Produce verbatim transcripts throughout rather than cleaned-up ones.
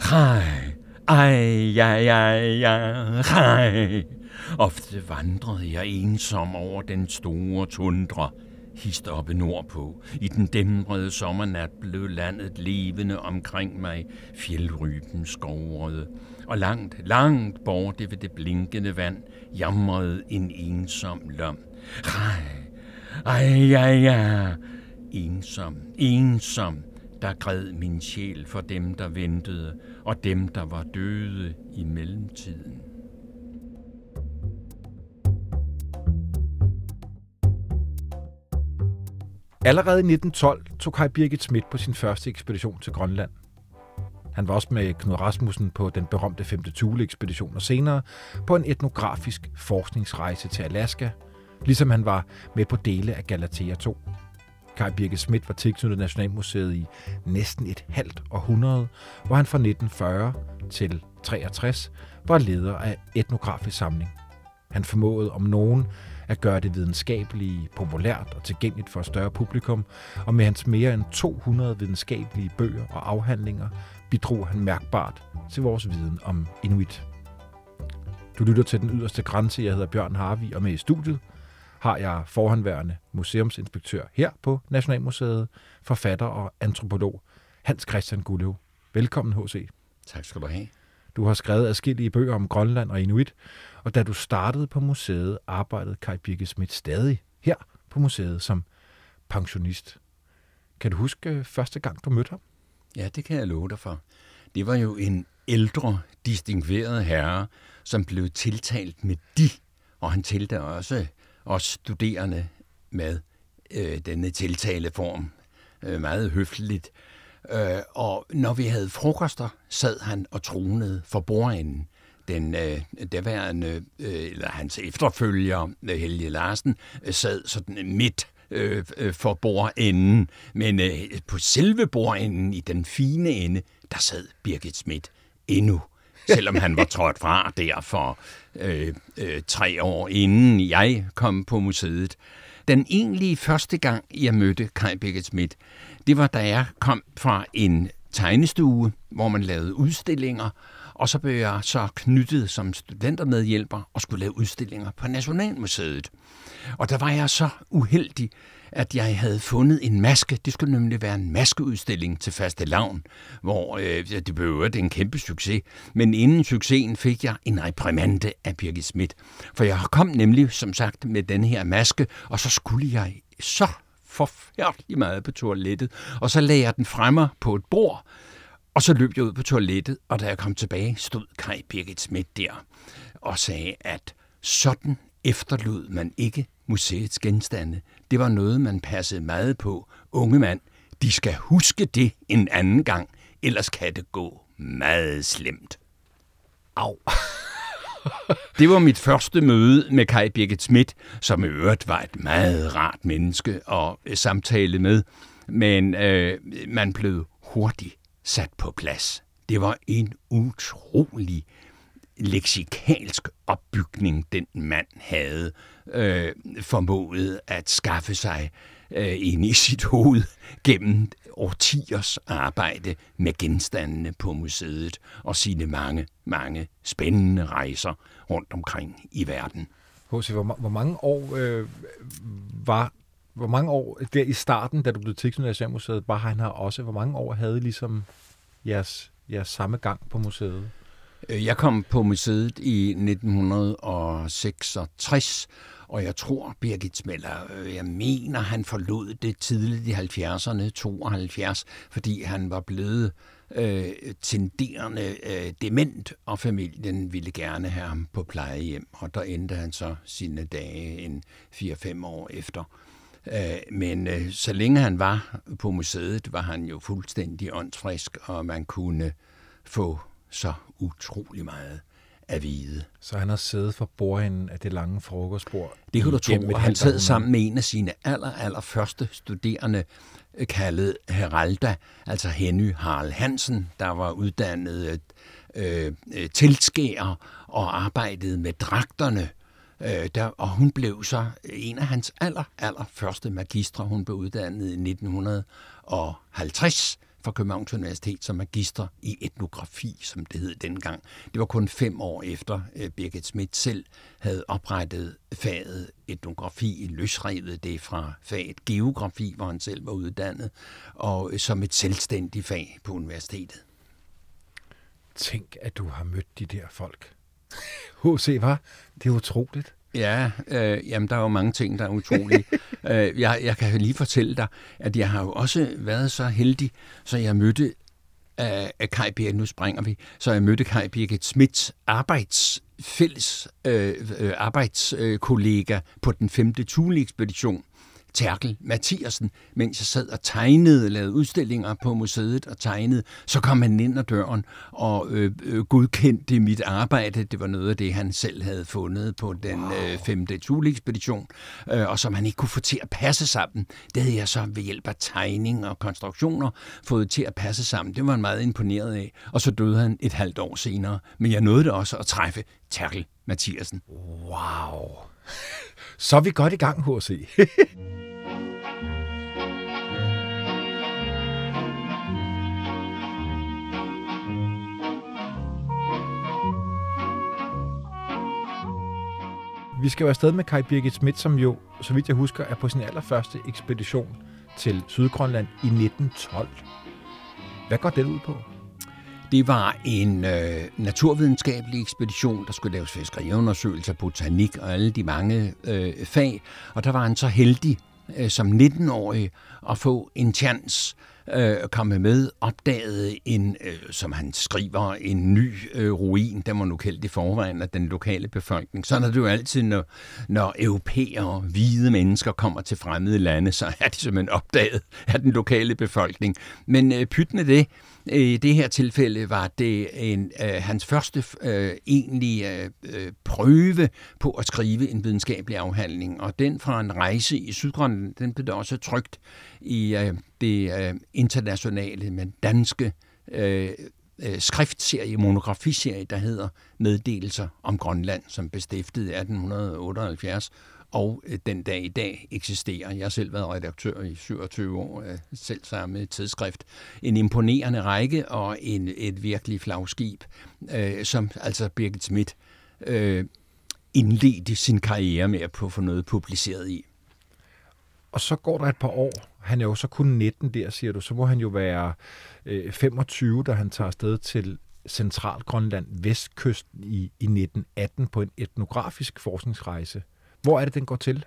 Hej, ej, ja, ja, ja, hej. Ofte vandrede jeg ensom over den store tundra. Hist oppe nordpå, i den dæmrede sommernat, blev landet levende omkring mig. Fjeldryben skovrede, og langt, langt borte ved det blinkende vand, jamrede en ensom lom. Hej, ej, ja, ja. Ensom, ensom, der græd min sjæl for dem, der ventede, og dem, der var døde i mellemtiden. Allerede i nitten tolv tog Kaj Birgit Schmidt på sin første ekspedition til Grønland. Han var også med Knud Rasmussen på den berømte femte Thule-ekspedition og senere på en etnografisk forskningsrejse til Alaska, ligesom han var med på dele af Galatea to. Kaj Birgit Schmidt var tilknyttet Nationalmuseet i næsten et halvt århundrede, hvor han fra nitten fyrre til treogtres var leder af etnografisk samling. Han formåede om nogen at gøre det videnskabelige populært og tilgængeligt for et større publikum, og med hans mere end to hundrede videnskabelige bøger og afhandlinger bidrog han mærkbart til vores viden om inuit. Du lytter til Den Yderste Grænse. Jeg hedder Bjørn Harvig, og med i studiet har jeg forhenværende museumsinspektør her på Nationalmuseet, forfatter og antropolog Hans Christian Gullev. Velkommen, H C. Tak skal du have. Du har skrevet adskillige bøger om Grønland og inuit, og da du startede på museet, arbejdede Kaj Birgit Schmidt stadig her på museet som pensionist. Kan du huske første gang, du mødte ham? Ja, det kan jeg love dig for. Det var jo en ældre, distingueret herre, som blev tiltalt med de, og han talte også os studerende med øh, denne tiltaleform øh, meget høfligt. Øh, og når vi havde frokoster, sad han og tronede for bordenden. Den øh, derværende, øh, eller hans efterfølger, Helge Larsen, øh, sad sådan midt øh, for bordenden. Men øh, på selve bordenden, i den fine ende, der sad Birgit Schmidt endnu. Selvom han var trådt fra der for øh, øh, tre år inden jeg kom på museet. Den egentlige første gang, jeg mødte Kaj Birgit Schmidt, det var, da jeg kom fra en tegnestue, hvor man lavede udstillinger, og så blev jeg så knyttet som studentermedhjælper og skulle lave udstillinger på Nationalmuseet. Og der var jeg så uheldig, at jeg havde fundet en maske. Det skulle nemlig være en maskeudstilling til fastelavn, hvor øh, det blev en kæmpe succes. Men inden succesen fik jeg en reprimande af Birgit Schmidt. For jeg kom nemlig, som sagt, med den her maske, og så skulle jeg så forfærdelig meget på toilettet. Og så lagde jeg den fremme på et bord, og så løb jeg ud på toilettet, og da jeg kom tilbage, stod Kaj Birgit Schmidt der og sagde, at sådan efterlod man ikke museets genstande. Det var noget, man passede meget på. Unge mand, de skal huske det en anden gang, ellers kan det gå meget slemt. Au. Det var mit første møde med Kaj Birgit Schmidt, som i øvrigt var et meget rart menneske at samtale med, men øh, man blev hurtigt sat på plads. Det var en utrolig leksikalsk opbygning, den mand havde øh, formået at skaffe sig øh, ind i sit hoved gennem årtiers arbejde med genstandene på museet og sine mange, mange spændende rejser rundt omkring i verden. H C, hvor, hvor mange år øh, var hvor mange år der i starten, da du blev tilknyttet Nationalmuseet, var han her også? Hvor mange år havde I ligesom jeres, jeres samme gang på museet? Jeg kom på museet i nitten seksogtres, og jeg tror, Birgit Schmidt, jeg mener, han forlod det tidligt i halvfjerdserne, tooghalvfjerds, fordi han var blevet øh, tenderende øh, dement, og familien ville gerne have ham på plejehjem, og der endte han så sine dage en fire fem år efter. Men øh, så længe han var på museet, var han jo fuldstændig åndsfrisk, og man kunne få så utrolig meget at vide. Så han har siddet for bordenden af det lange frokostbord? Det kunne du tro, og han sad sammen med en af sine aller, aller første studerende, kaldet Heralda, altså Henny Harald Hansen, der var uddannet øh, tilskærer og arbejdede med dragterne. Øh, der, og hun blev så en af hans aller, aller første magistre. Hun blev uddannet i nitten halvtreds, fra Københavns Universitet som magister i etnografi, som det hed dengang. Det var kun fem år efter øh, Birgit Schmidt selv havde oprettet faget etnografi, løsrevet det fra faget geografi, hvor han selv var uddannet, og øh, som et selvstændigt fag på universitetet. Tænk, at du har mødt de der folk. H C, var det er utroligt. Ja, øh, jamen der er jo mange ting, der er utrolige. øh, jeg, jeg kan lige fortælle dig, at jeg har jo også været så heldig, så jeg mødte af uh, Kaj Birgit, nu springer vi, så jeg mødte Kaj Birgit Schmidts arbejds, fælles øh, arbejdskollega øh, på den femte Thule-ekspedition, Terkel Mathiasen, mens jeg sad og tegnede, lavede udstillinger på museet og tegnede, så kom han ind ad døren og øh, øh, godkendte mit arbejde. Det var noget af det, han selv havde fundet på den wow. øh, femte Thule-ekspedition, øh, og som han ikke kunne få til at passe sammen. Det havde jeg så ved hjælp af tegning og konstruktioner fået til at passe sammen. Det var han meget imponeret af, og så døde han et halvt år senere. Men jeg nåede det også at træffe Terkel Mathiasen. Wow! Så er vi godt i gang, H C. Vi skal jo afsted med Kaj Birgit Schmidt, som jo, så vidt jeg husker, er på sin allerførste ekspedition til Sydgrønland i nitten tolv. Hvad går den ud på? Det var en øh, naturvidenskabelig ekspedition, der skulle laves fiskeriundersøgelser, botanik og alle de mange øh, fag. Og der var han så heldig øh, som nitten-årig at få en chance øh, at komme med, opdagede en, øh, som han skriver, en ny øh, ruin, der var nu kaldt i forvejen af den lokale befolkning. Sådan er det jo altid, når, når europæere, hvide mennesker kommer til fremmede lande, så er de simpelthen opdaget af den lokale befolkning. Men øh, pyt med det. I det her tilfælde var det en, øh, hans første øh, egentlige øh, prøve på at skrive en videnskabelig afhandling, og den fra en rejse i Sydgrønland, den blev også trykt i øh, det øh, internationale, men danske øh, øh, skriftserie, monografiserie, der hedder Meddelelser om Grønland, som blev stiftet i atten otteoghalvfjerds, og den dag i dag eksisterer. Jeg har selv været redaktør i syvogtyve år, selv samme tidsskrift. En imponerende række og en, et virkelig flagskib, øh, som altså Birgit Schmidt øh, indledte sin karriere med at få noget publiceret i. Og så går der et par år. Han er jo så kun nitten der, siger du. Så må han jo være øh, femogtyve, da han tager afsted til Centralgrønland, Vestkysten i, i nitten atten på en etnografisk forskningsrejse. Hvor er det, den går til?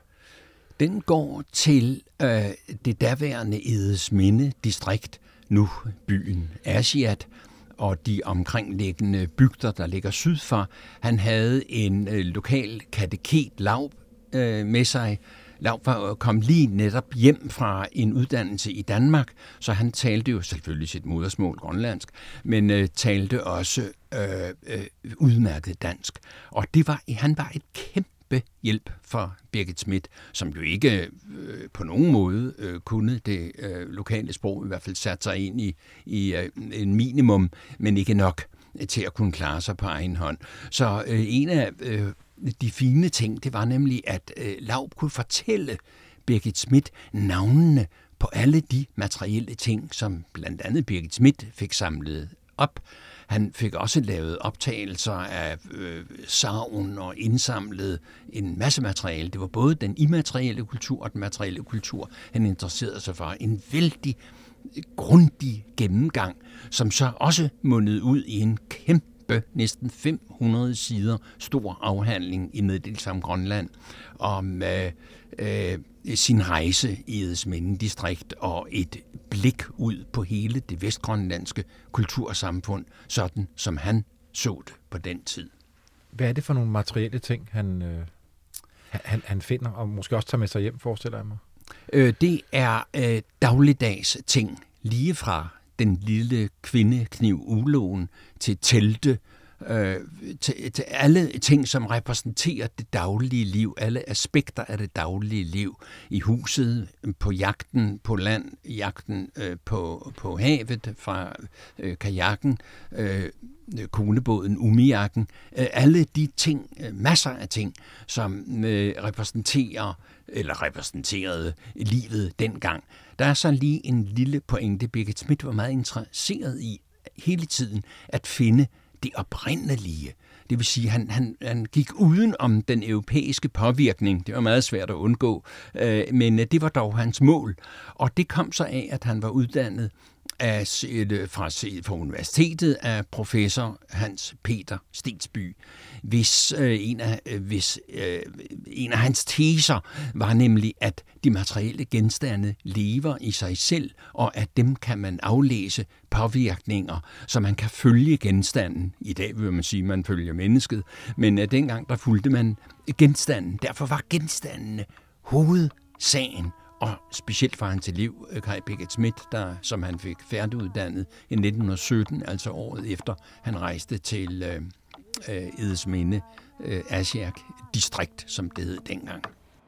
Den går til øh, det daværende Edesminde distrikt, nu byen Aasiaat, og de omkringliggende bygder, der ligger syd for. Han havde en øh, lokal kateket, Laub, øh, med sig. Laub var, kom lige netop hjem fra en uddannelse i Danmark, så han talte jo selvfølgelig sit modersmål grønlandsk, men øh, talte også øh, øh, udmærket dansk. Og det var, han var et kæmpe hjælp for Birgit Schmidt, som jo ikke øh, på nogen måde øh, kunne det øh, lokale sprog, i hvert fald satte sig ind i, i øh, en minimum, men ikke nok til at kunne klare sig på egen hånd. Så øh, en af øh, de fine ting, det var nemlig, at øh, Laub kunne fortælle Birgit Schmidt navnene på alle de materielle ting, som blandt andet Birgit Schmidt fik samlet op. Han fik også lavet optagelser af øh, sagn og indsamlet en masse materiale. Det var både den immaterielle kultur og den materielle kultur, han interesserede sig for. En vældig grundig gennemgang, som så også mundede ud i en kæmpe, næsten fem hundrede sider stor afhandling i Meddelelser om Grønland, om øh, øh, sin rejse i Edesminde distrikt og et blik ud på hele det vestgrønlandske kultursamfund, sådan som han så det på den tid. Hvad er det for nogle materielle ting, han, øh, han, han finder, og måske også tager med sig hjem, forestiller jeg mig? Øh, det er øh, dagligdags ting, lige fra den lille kvindekniv uloen til telte, øh, til, til alle ting, som repræsenterer det daglige liv, alle aspekter af det daglige liv i huset, på jagten på land, jagten øh, på, på havet fra øh, kajakken, øh, konebåden Umiakken. Alle de ting, masser af ting, som repræsenterer eller repræsenterede livet dengang. Der er så lige en lille pointe. Birgit Schmidt var meget interesseret i hele tiden at finde det oprindelige. Det vil sige, at han, han, han gik uden om den europæiske påvirkning. Det var meget svært at undgå, øh, men det var dog hans mål. Og det kom så af, at han var uddannet af, fra, fra universitetet af professor Hans Peter Stensby, hvis, øh, en, af, hvis øh, en af hans teser var nemlig, at de materielle genstande lever i sig selv, og at dem kan man aflæse påvirkninger, så man kan følge genstanden. I dag vil man sige, at man følger mennesket, men øh, dengang der fulgte man genstanden. Derfor var genstandene hovedsagen. Og specielt for hans elev, Kaj Birgit Schmidt, der, som han fik færdiguddannet i nitten sytten, altså året efter han rejste til øh, Edesminde, øh, Asjærk distrikt, som det hed dengang.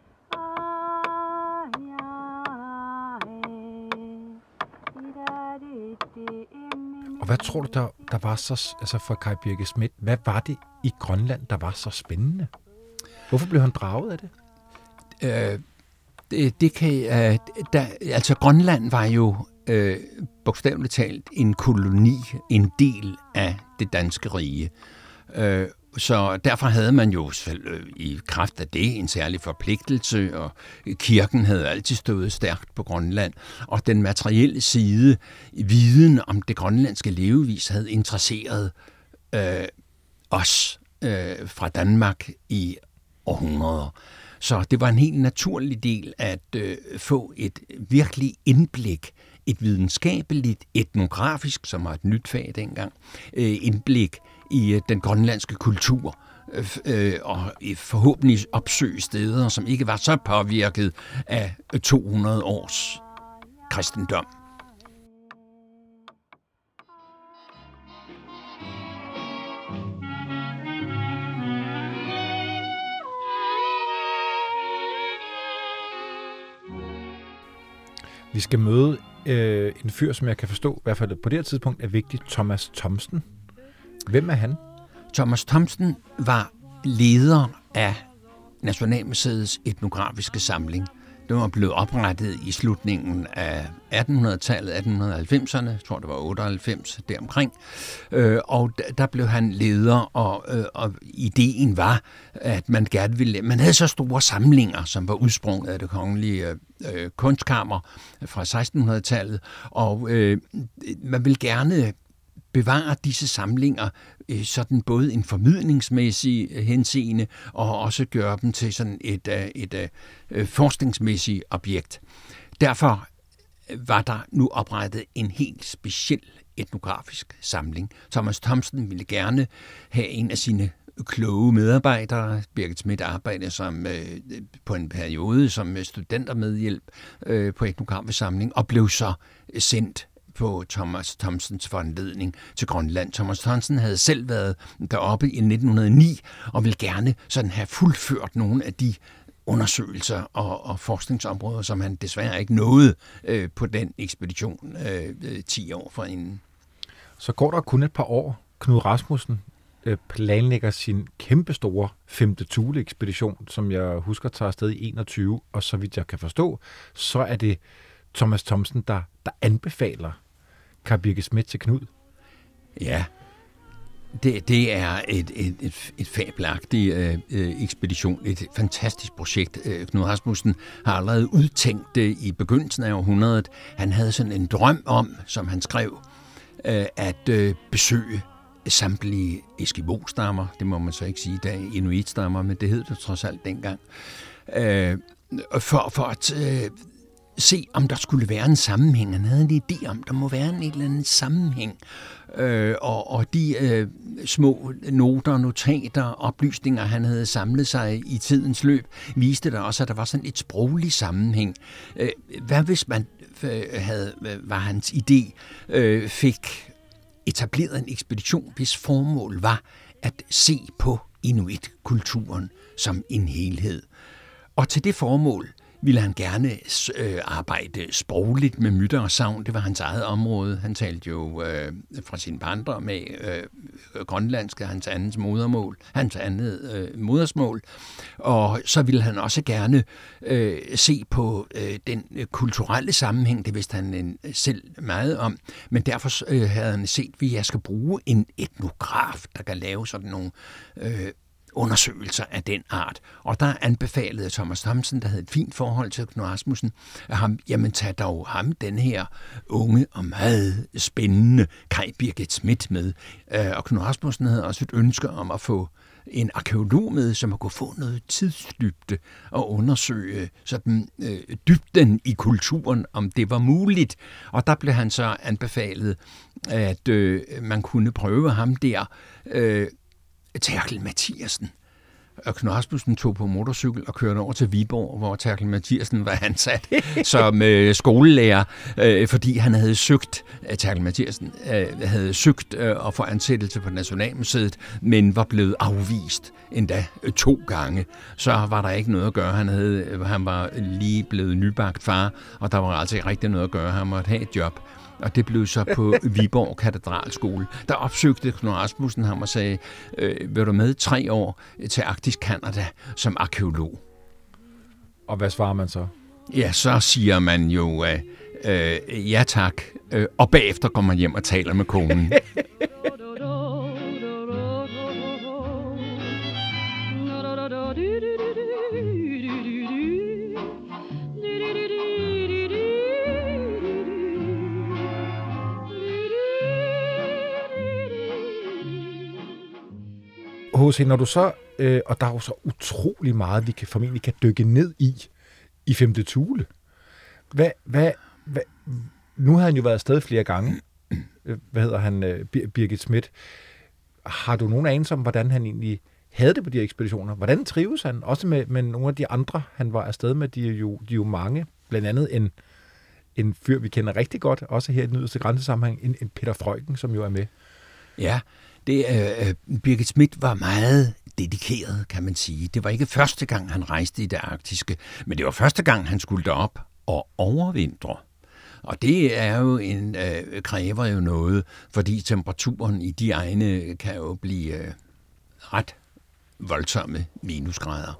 Og hvad tror du, der, der var så, altså for Kaj Birgit Schmidt, hvad var det i Grønland, der var så spændende? Hvorfor blev han draget af det? Øh, det, det kan, øh, der, altså Grønland var jo øh, bogstaveligt talt en koloni, en del af det danske rige. Øh, Så derfor havde man jo i kraft af det en særlig forpligtelse, og kirken havde altid stået stærkt på Grønland. Og den materielle side, viden om det grønlandske levevis, havde interesseret øh, os øh, fra Danmark i århundreder. Så det var en helt naturlig del at øh, få et virkelig indblik, et videnskabeligt, etnografisk, som var et nyt fag dengang, øh, indblik i den grønlandske kultur, øh, og forhåbentlig opsøge steder, som ikke var så påvirket af to hundrede års kristendom. Vi skal møde øh, en fyr, som jeg kan forstå, i hvert fald på det her tidspunkt, er vigtig, Thomas Thomsen. Hvem er han? Thomas Thomsen var leder af Nationalmuseets etnografiske samling. Den var blevet oprettet i slutningen af attenhundredetallet, atten halvfemserne, jeg tror det var otteoghalvfems, deromkring. Og der blev han leder, og, og ideen var, at man gerne ville... Man havde så store samlinger, som var udsprunget af det kongelige øh, kunstkammer fra sekstenhundredetallet, og øh, man ville gerne bevare disse samlinger sådan både en formidlingsmæssig henseende og også gøre dem til sådan et, et, et, et forskningsmæssigt objekt. Derfor var der nu oprettet en helt speciel etnografisk samling. Thomas Thomsen ville gerne have en af sine kloge medarbejdere. Birgit Schmidt arbejdede som, øh, på en periode som studentermedhjælp øh, på etnografisk samling og blev så sendt på Thomas Thomsens foranledning til Grønland. Thomas Thomsen havde selv været deroppe i nitten hundrede og ni og ville gerne sådan have fuldført nogle af de undersøgelser og, og forskningsområder, som han desværre ikke nåede øh, på den ekspedition øh, ti år forinden. Så går der kun et par år. Knud Rasmussen øh, planlægger sin kæmpestore femte Thule-ekspedition, som jeg husker tager afsted i enogtyve, og så vidt jeg kan forstå, så er det Thomas Thomsen, der, der anbefaler Kaj Birgit Schmidt til Knud. Ja, det, det er et, et, et, et fabelagtigt øh, ekspedition, et fantastisk projekt. Knud Rasmussen har allerede udtænkt det i begyndelsen af århundredet. Han havde sådan en drøm om, som han skrev, øh, at øh, besøge samtlige Eskimo-stammer. Det må man så ikke sige i dag, Inuit-stammer, men det hed det trods alt dengang. Øh, for, for at... Øh, se, om der skulle være en sammenhæng. Han havde en idé om, der må være en eller anden sammenhæng. Øh, og, og de øh, små noter, notater, oplysninger, han havde samlet sig i tidens løb, viste der også, at der var sådan et sproglig sammenhæng. Øh, hvad hvis man øh, havde, var hans idé, øh, fik etableret en ekspedition, hvis formål var at se på inuit-kulturen som en helhed. Og til det formål ville han gerne øh, arbejde sprogligt med myter og sagn. Det var hans eget område. Han talte jo øh, fra sin barndom med øh, grønlandsk, hans andet modermål, hans andet øh, modersmål. Og så ville han også gerne øh, se på øh, den øh, kulturelle sammenhæng. Det vidste han en, selv meget om. Men derfor øh, havde han set, at jeg skal bruge en etnograf, der kan lave sådan nogle øh, undersøgelser af den art. Og der anbefalede Thomas Thomsen, der havde et fint forhold til Knud Rasmussen, at ham, jamen tag dog ham, den her unge og meget spændende Kaj Birgit Schmidt med. Og Knud Rasmussen havde også et ønske om at få en arkæolog med, som kunne få noget tidsdybde og undersøge sådan, øh, dybden i kulturen, om det var muligt. Og der blev han så anbefalet, at øh, man kunne prøve ham der, øh, Terkel Mathiasen. Og Knud Rasmussen tog på motorcykel og kørte over til Viborg, hvor Terkel Mathiasen var ansat som øh, skolelærer, øh, fordi han havde søgt, øh, Terkel Mathiasen øh, havde søgt øh, at få ansættelse på Nationalmuseet, men var blevet afvist endda øh, to gange. Så var der ikke noget at gøre. Han, havde, øh, han var lige blevet nybagt far, og der var altså ikke rigtig noget at gøre. Han måtte have et job. Og det blev så på Viborg Katedralskole. Der opsøgte Knud Rasmussen ham og sagde, øh, vil du med tre år til Arktisk Canada som arkæolog? Og hvad svarer man så? Ja, så siger man jo, øh, øh, ja tak, øh, og bagefter går man hjem og taler med konen. H C, når du så, øh, og der er jo så utrolig meget, vi kan formentlig kan dykke ned i, i Femte Thule. Hvad, hvad, hvad, nu har han jo været afsted flere gange. Hvad hedder han? Øh, Birgit Schmidt. Har du nogen anelse om, hvordan han egentlig havde det på de her ekspeditioner? Hvordan trives han? Også med, med nogle af de andre, han var afsted med, de er jo, de er jo mange. Blandt andet en, en fyr, vi kender rigtig godt, også her i den yderste grænsesammenhæng, en, en Peter Freuchen, som jo er med. Ja, det, øh, Birgit Schmidt var meget dedikeret, kan man sige. Det var ikke første gang, han rejste i det arktiske, men det var første gang, han skulle derop og overvintre. Og det er jo en, øh, kræver jo noget, fordi temperaturen i de egne kan jo blive øh, ret voldsomme minusgrader.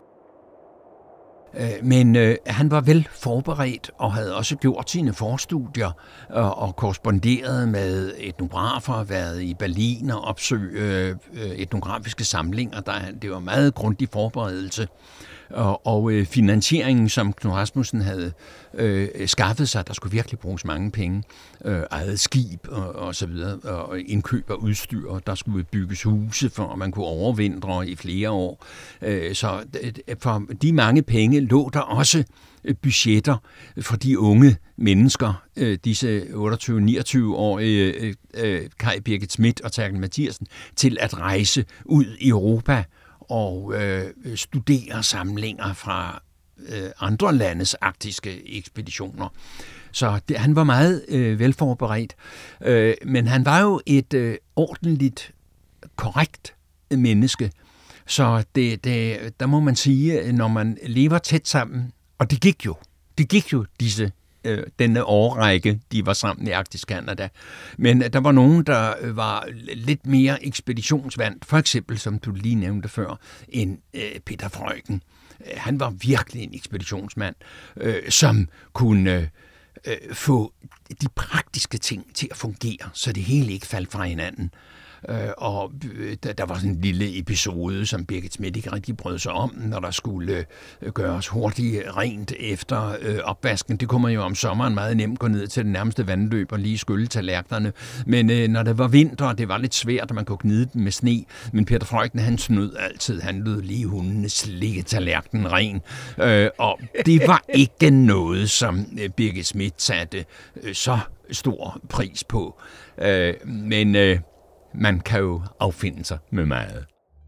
Men øh, han var vel forberedt og havde også gjort sine forstudier og, og korresponderet med etnografer, været i Berlin og opsøgt øh, etnografiske samlinger. Der, det var meget grundig forberedelse. Og, og øh, finansieringen, som Knud Rasmussen havde øh, skaffet sig, der skulle virkelig bruges mange penge, øh, eget skib og, og så videre, og indkøb af udstyr, der skulle bygges huse, for at man kunne overvintre i flere år. Øh, så for de mange penge lå der også budgetter for de unge mennesker, øh, disse otteogtyve niogtyve-årige øh, øh, Kaj Birgit Schmidt og Terkel Mathiasen, til at rejse ud i Europa og øh, studere samlinger fra øh, andre landes arktiske ekspeditioner. Så det, han var meget øh, velforberedt, øh, men han var jo et øh, ordentligt, korrekt menneske. Så det, det, der må man sige, når man lever tæt sammen, og det gik jo, det gik jo disse øh, denne årrække, de var sammen i Arktisk Canada. Men der var nogen, der var lidt mere ekspeditionsvant, for eksempel, som du lige nævnte før, end øh, Peter Freuchen. Han var virkelig en ekspeditionsmand, øh, som kunne øh, få de praktiske ting til at fungere, så det hele ikke faldt fra hinanden. Og der var sådan en lille episode, som Birgit Schmidt ikke rigtig brød sig om, når der skulle gøres hurtigt rent efter opvasken. Det kunne man jo om sommeren meget nemt gå ned til det nærmeste vandløb og lige skylle tallerkenerne. Men når det var vinter, og det var lidt svært, at man kunne gnide dem med sne. Men Peter Freuchen, han snød altid. Han lød lige hundene slikke tallerkenen ren. Og det var ikke noget, som Birgit Schmidt satte så stor pris på. Men man kan jo affinde sig med meget.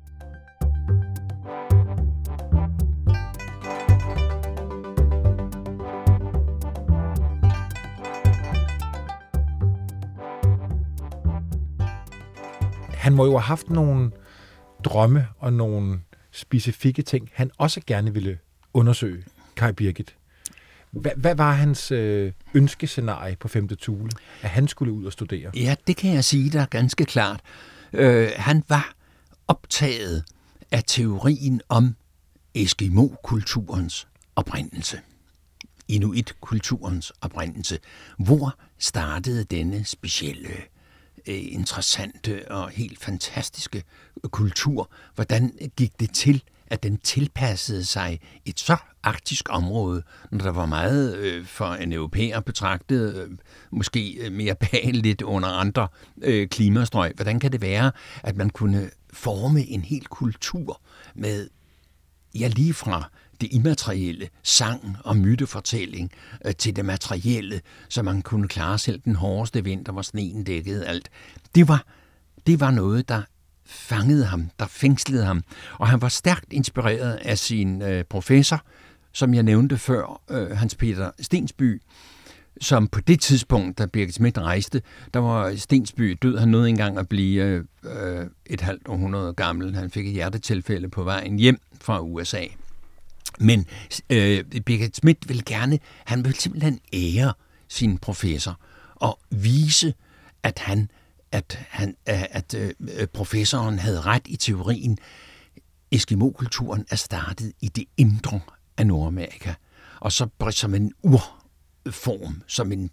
Han må jo have haft nogle drømme og nogle specifikke ting, han også gerne ville undersøge, Kaj Birgit. Hvad, hvad var hans øh, ønskescenarie på Femte Thule, at han skulle ud og studere? Ja, det kan jeg sige dig ganske klart. Øh, han var optaget af teorien om Eskimo-kulturens oprindelse. Inuit-kulturens oprindelse. Hvor startede denne specielle, interessante og helt fantastiske kultur? Hvordan gik det til, at den tilpassede sig et så arktisk område, når der var meget øh, for en europæer betragtet, øh, måske mere behageligt under andre øh, klimastrøg? Hvordan kan det være, at man kunne forme en hel kultur med, ja, lige fra det immaterielle, sang og mytefortælling, øh, til det materielle, så man kunne klare selv den hårdeste vinter, hvor sneen dækkede alt. Det var, det var noget, der fangede ham, der fængslede ham. Og han var stærkt inspireret af sin øh, professor, som jeg nævnte før, øh, Hans Peter Stensby, som på det tidspunkt, da Birgit Schmidt rejste, der var Stensby død. Han nåede engang at blive øh, et halvt århundrede gammel. Han fik et hjertetilfælde på vejen hjem fra U S A. Men øh, Birgit Schmidt ville gerne, han ville simpelthen ære sin professor og vise, at han at, han, at øh, professoren havde ret i teorien. Eskimo-kulturen er startet i det indre af Nordamerika, og så som en urform, som en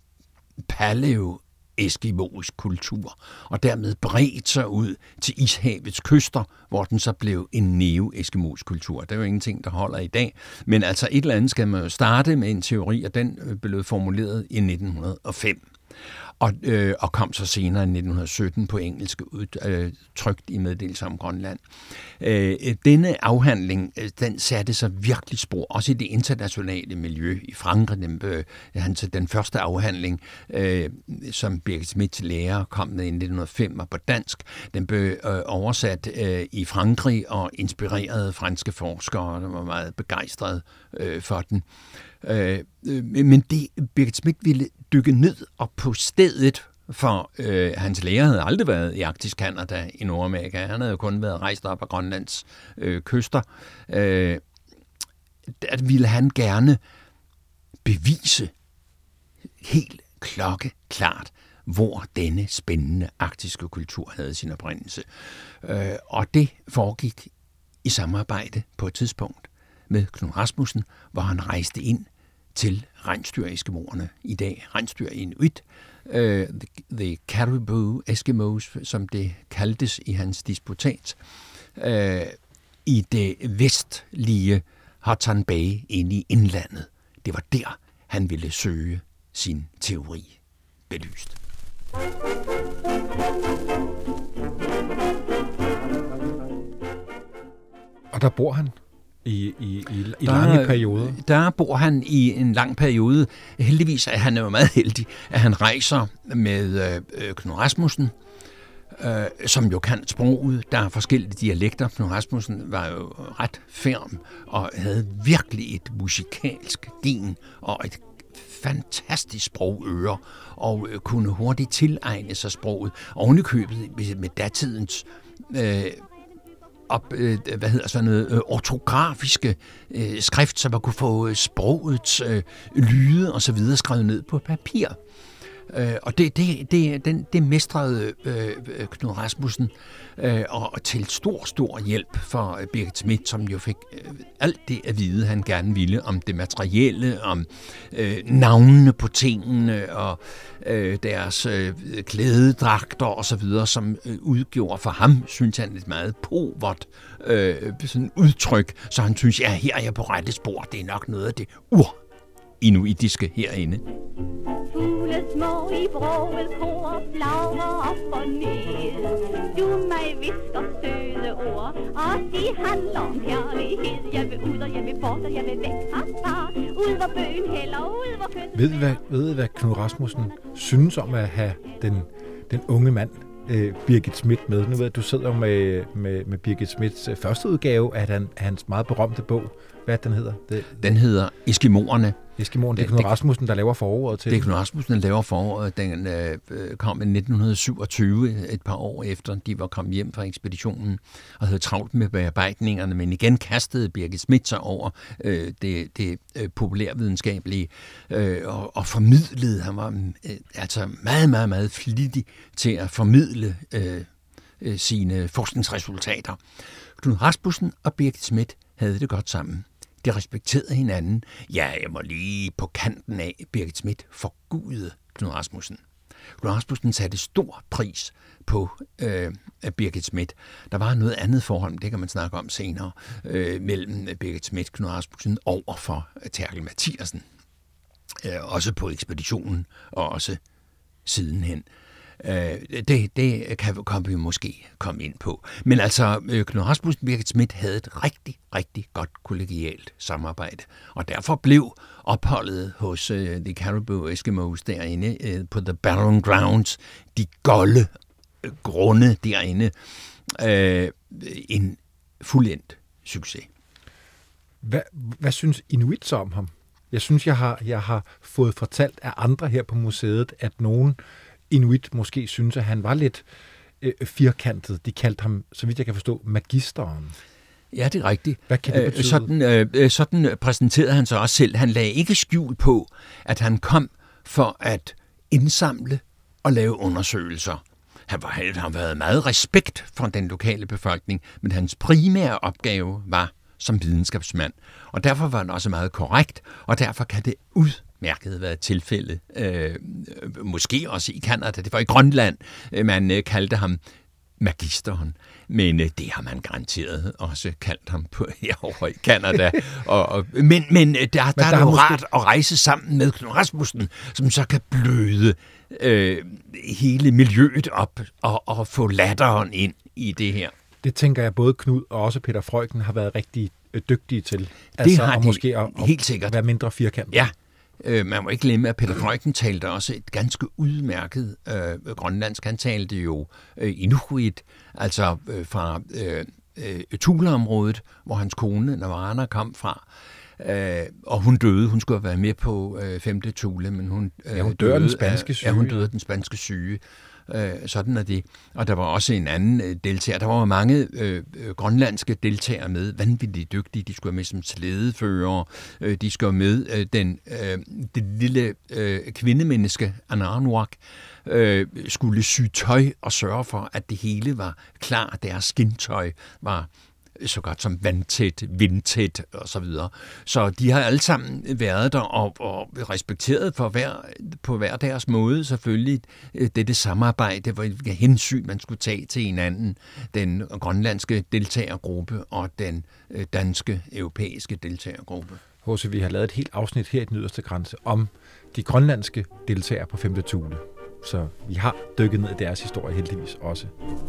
paleo-eskimoisk kultur, og dermed bredt sig ud til Ishavets kyster, hvor den så blev en neo-eskimoisk kultur. Det er jo ingenting, der holder i dag, men altså et eller andet skal man jo starte med en teori, og den blev formuleret i nitten hundrede og fem. Og, øh, og kom så senere i nitten sytten på engelsk ud, øh, trykt i meddelelser om Grønland. Øh, denne afhandling, den satte sig virkelig spor, også i det internationale miljø i Frankrig. Den, øh, den første afhandling, øh, som Birgit Schmidts lærer kom med i nitten nul fem og på dansk, den blev øh, oversat øh, i Frankrig og inspirerede franske forskere, der var meget begejstrede øh, for den. Øh, men det, Birgit Schmidt ville dykke ned og på stedet, for øh, hans lærer havde aldrig været i Arktisk Canada i Nordamerika. Han havde kun været rejst op ad Grønlands øh, kyster. Øh, at ville han gerne bevise helt klokkeklart, hvor denne spændende arktiske kultur havde sin oprindelse. Øh, og det foregik i samarbejde på et tidspunkt med Knud Rasmussen, hvor han rejste ind til rensdyr-eskimoerne i dag. Rensdyr-inuit, uh, the, the Caribou Eskimos, som det kaldtes i hans disputat, uh, i det vestlige Hudson Bay inde i indlandet. Det var der, han ville søge sin teori belyst. Og der bor han i, i, i, i der, lange perioder. Der bor han i en lang periode. Heldigvis er han jo meget heldig, at han rejser med øh, Knud Rasmussen, øh, som jo kan sproget. Der er forskellige dialekter. Knud Rasmussen var jo ret ferm og havde virkelig et musikalsk gen og et fantastisk sprogøre, og øh, kunne hurtigt tilegne sig sproget. Ovenikøbet med datidens øh, op, øh, hvad hedder sådan noget, øh, ortografiske øh, skrift, så man kunne få sprogets øh, lyde og så videre skrevet ned på papir. Øh, og det, det, det, den, det mestrede øh, Knud Rasmussen, øh, og til stor, stor hjælp for øh, Birgit Schmidt, som jo fik øh, alt det at vide, han gerne ville om det materielle, om øh, navnene på tingene og øh, deres øh, klædedragter og så videre, som øh, udgjorde for ham, synes han, et meget povert øh, sådan udtryk, så han synes, ja, her er jeg på rette spor, det er nok noget af det ur-inuitiske herinde. Fugle små i broget kor flagrer op og ned. Du mig visker søde ord, og de handler om kærlighed. Jeg vil ud, og jeg vil bort, og jeg vil væk herfra. Ud hvor bøgen hælder, ud hvor køn... Ved I, hvad, ved I, hvad Knud Rasmussen synes om at have den, den unge mand, øh, Birgit Schmidt, med? Nu ved jeg, du sidder jo med, med, med Birgit Schmidts første udgave af, den, af hans meget berømte bog, hvad den hedder? Det, den hedder Eskimoerne. Eskimoerne, det er Knud Rasmussen, der laver foråret til. Det er Knud Rasmussen, der laver foråret. Den øh, kom i nitten syvogtyve, et par år efter, de var kommet hjem fra ekspeditionen og havde travlt med bearbejdningerne, men igen kastede Birgit Schmidt sig over øh, det, det øh, populærvidenskabelige øh, og, og formidlede. Han var øh, altså meget, meget, meget flittig til at formidle øh, øh, sine forskningsresultater. Knud Rasmussen og Birgit Schmidt havde det godt sammen. De respekterede hinanden. Ja, jeg må lige på kanten af Birgit Schmidt forgudede Knud Rasmussen. Knud Rasmussen satte stor pris på øh, Birgit Schmidt. Der var noget andet forhold, det kan man snakke om senere, øh, mellem Birgit Schmidt og Knud Rasmussen over for Terkel Mathiasen. Øh, også på ekspeditionen, og også sidenhen. Det, det kan, kan vi måske komme ind på. Men altså, Knud Rasmussen og Birgit Schmidt havde et rigtig, rigtig godt kollegialt samarbejde. Og derfor blev opholdet hos uh, The Caribou Eskimos derinde uh, på The Barren Grounds, de golde uh, grunde derinde, uh, en fuldendt succes. Hvad, hvad synes Inuit så om ham? Jeg synes, jeg har, jeg har fået fortalt af andre her på museet, at nogen Inuit måske synes, at han var lidt øh, firkantet. De kaldte ham, så vidt jeg kan forstå, magisteren. Ja, det er rigtigt. Hvad kan det betyde? Sådan, øh, sådan præsenterede han sig også selv. Han lagde ikke skjul på, at han kom for at indsamle og lave undersøgelser. Han, var, han har været meget respekt for den lokale befolkning, men hans primære opgave var som videnskabsmand. Og derfor var han også meget korrekt, og derfor kan det udmærket være et tilfælde, øh, måske også i Canada, det var i Grønland, man øh, kaldte ham magisteren, men øh, det har man garanteret også kaldt ham på herovre i Canada. og, og, men, men der, der, der er det jo måske rart at rejse sammen med Knud Rasmussen, som så kan bløde øh, hele miljøet op og, og få latteren ind i det her. Det tænker jeg, både Knud og også Peter Freuchen har været rigtig dygtige til. Det altså, har og de måske at, at helt sikkert. Være mindre firkantet. Ja, øh, man må ikke glemme, at Peter Freuchen talte også et ganske udmærket øh, grønlandsk. Han talte jo øh, inuit, altså øh, fra øh, øh, Thule-området, hvor hans kone Navarana kom fra. Øh, og hun døde. Hun skulle have været med på øh, femte Thule, men hun, øh, ja, hun døde døde den spanske syge. Ja, hun døde den spanske syge. Øh, sådan er det. Og der var også en anden øh, deltager. Der var mange øh, grønlandske deltagere med, vanvittigt dygtige. De skulle med som slædefører. Øh, de skulle med øh, den øh, det lille øh, kvindemenneske Ananuak øh, skulle sy tøj og sørge for, at det hele var klar. Deres skintøj var så godt som vandtæt, vindtæt og så videre. Så de har alle sammen været der og, og respekteret for hver, på hver deres måde selvfølgelig dette samarbejde, hvor hensyn man skulle tage til hinanden, den grønlandske deltagergruppe og den danske, europæiske deltagergruppe. H C, vi har lavet et helt afsnit her i Den Yderste Grænse om de grønlandske deltagere på femte Thule. Så vi har dykket ned i deres historie heldigvis også.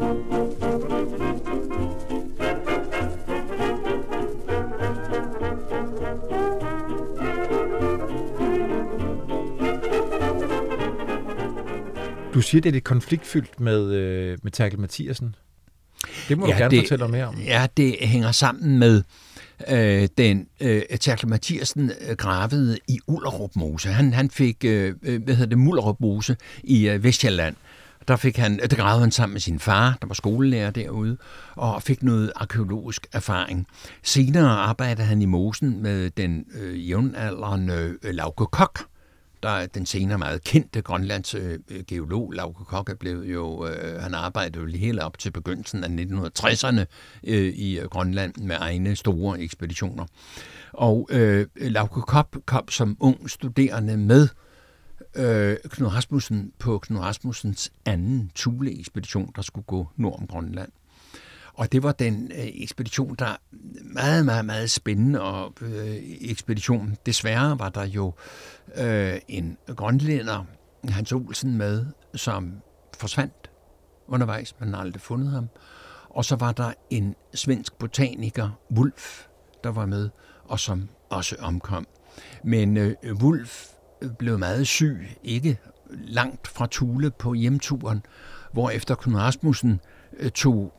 Du siger, det er lidt konfliktfyldt med, øh, med Terkel Mathiasen. Det må ja, du gerne det, fortælle mere om. Ja, det hænger sammen med øh, den øh, Terkel Mathiasen gravede i Ullerup Mose. Han, han fik, øh, hvad hedder det, Mullerup Mose i øh, Vestjylland. Der fik han, der gravede han sammen med sin far, der var skolelærer derude, og fik noget arkæologisk erfaring. Senere arbejdede han i mosen med den øh, jævnaldrende øh, Lauke Koch, der er den senere meget kendte grønlands øh, geolog. Lauke Koch blev jo, øh, han arbejdede jo helt op til begyndelsen af nitten tresserne øh, i Grønland med egne store ekspeditioner. Og øh, Lauke Koch kom som ung studerende med øh, Knud Rasmussen på Knud Rasmussens anden Thule-ekspedition, der skulle gå nord om Grønland. Og det var den øh, ekspedition, der meget, meget, meget spændende og, øh, ekspedition. Desværre var der jo øh, en grønlænder, Hans Olsen, med, som forsvandt undervejs. Man har aldrig fundet ham. Og så var der en svensk botaniker, Wulff, der var med, og som også omkom. Men øh, Wulff blev meget syg, ikke langt fra Thule på hjemturen, hvorefter Knud Rasmussen øh, tog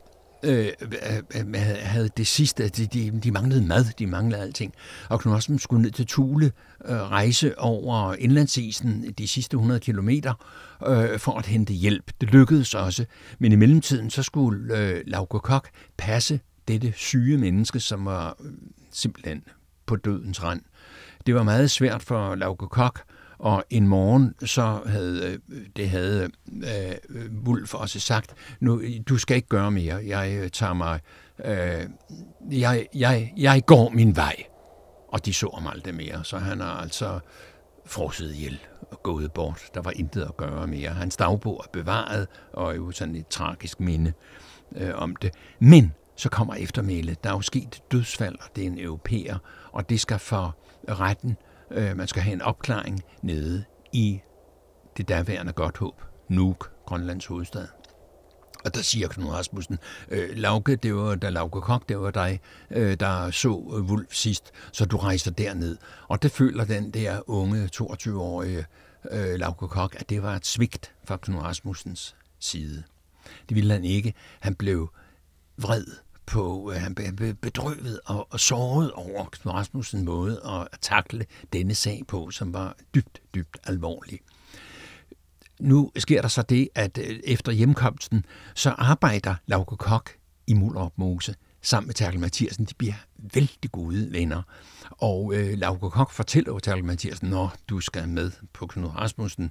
øh, havde det sidste, de, de, de manglede mad, de manglede alting. Og Knud Rasmussen skulle ned til Thule, øh, rejse over indlandsisen de sidste hundrede kilometer øh, for at hente hjælp. Det lykkedes også, men i mellemtiden så skulle øh, Lauge Koch passe dette syge menneske, som var øh, simpelthen på dødens rand. Det var meget svært for Lauge Koch, og en morgen så havde det havde øh, Wulff også sagt, nu du skal ikke gøre mere. Jeg tager mig øh, jeg jeg jeg går min vej. Og de så ham aldrig mere, så han har altså frosset ihjel og gået bort. Der var intet at gøre mere. Hans dagbog er bevaret, og jo sådan et tragisk minde øh, om det. Men så kommer eftermælet. Der er jo sket dødsfald, og det er en europæer, og det skal for retten. Øh, man skal have en opklaring nede i det daværende Godthåb, Nuuk, Grønlands hovedstad. Og der siger Knud Rasmussen, øh, Lauge, det var da Lauge Koch, det var dig, øh, der så øh, Wulff sidst, så du rejser derned. Og det føler den der unge toogtyve-årige øh, Lauge Koch, at det var et svigt fra Knud Rasmussens side. Det ville han ikke. Han blev vred på, øh, han blev bedrøvet og, og såret over Knud Rasmussens måde at takle denne sag på, som var dybt, dybt alvorlig. Nu sker der så det, at efter hjemkomsten, så arbejder Lauge Koch i Mullerup Mose sammen med Therkel Mathiasen. De bliver vældig gode venner. Og øh, Lauge Koch fortæller Therkel Mathiasen, når du skal med på Knud Rasmussens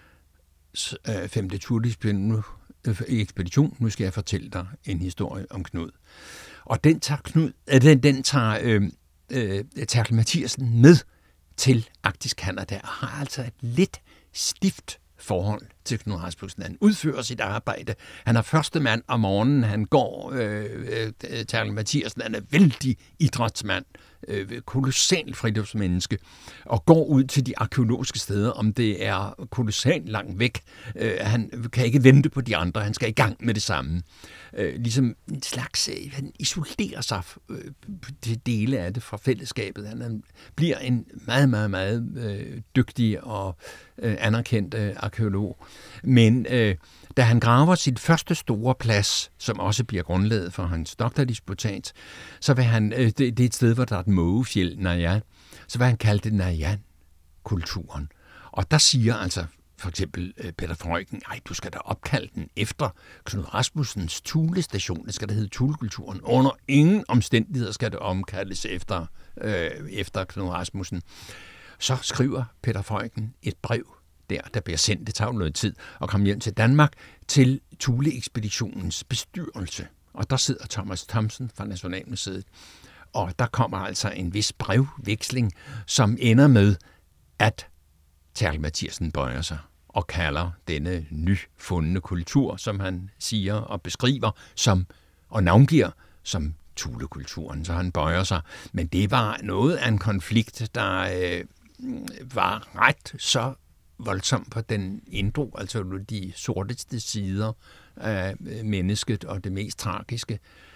øh, femte Thule ekspedition, nu skal jeg fortælle dig en historie om Knud. Og den tager, Knud, øh, den, den tager øh, øh, Therkel Mathiasen med til Arktisk Canada, og har altså et lidt stift forhold til Knud Rasmussen. Han udfører sit arbejde. Han er første mand om morgenen. Han går, øh, øh, Therkel Mathiasen, han er vældig idrætsmand, øh, kolossalt friluftsmenneske, og går ud til de arkeologiske steder, om det er kolossalt langt væk. Øh, han kan ikke vente på de andre. Han skal i gang med det samme. Øh, ligesom en slags, øh, han isolerer sig øh, til dele af det fra fællesskabet. Han er, bliver en meget, meget, meget øh, dygtig og øh, anerkendt øh, arkeolog. Men øh, da han graver sit første store plads, som også bliver grundlaget for hans doktordisputat, så vil han, øh, det, det er et sted, hvor der er et mågefjeld, Nayan, så vil han kalde det Nayan-kulturen. Og der siger altså for eksempel øh, Peter Freuchen, ej, du skal da opkalde den efter Knud Rasmussens Thule-station, det skal da hedde Thule-kulturen. Under ingen omstændigheder skal det omkaldes efter, øh, efter Knud Rasmussen. Så skriver Peter Freuchen et brev, der, der bliver sendt, det tager noget tid, og kommer hjem til Danmark, til Thule-ekspeditionens bestyrelse. Og der sidder Thomas Thomsen fra Nationalmuseet, og der kommer altså en vis brevveksling, som ender med, at Therkel Mathiasen bøjer sig og kalder denne nyfundne kultur, som han siger og beskriver, som, og navngiver som Thule-kulturen. Så han bøjer sig. Men det var noget af en konflikt, der øh, var ret så voldsom på den indro, altså de sorteste sider af mennesket og det mest tragiske.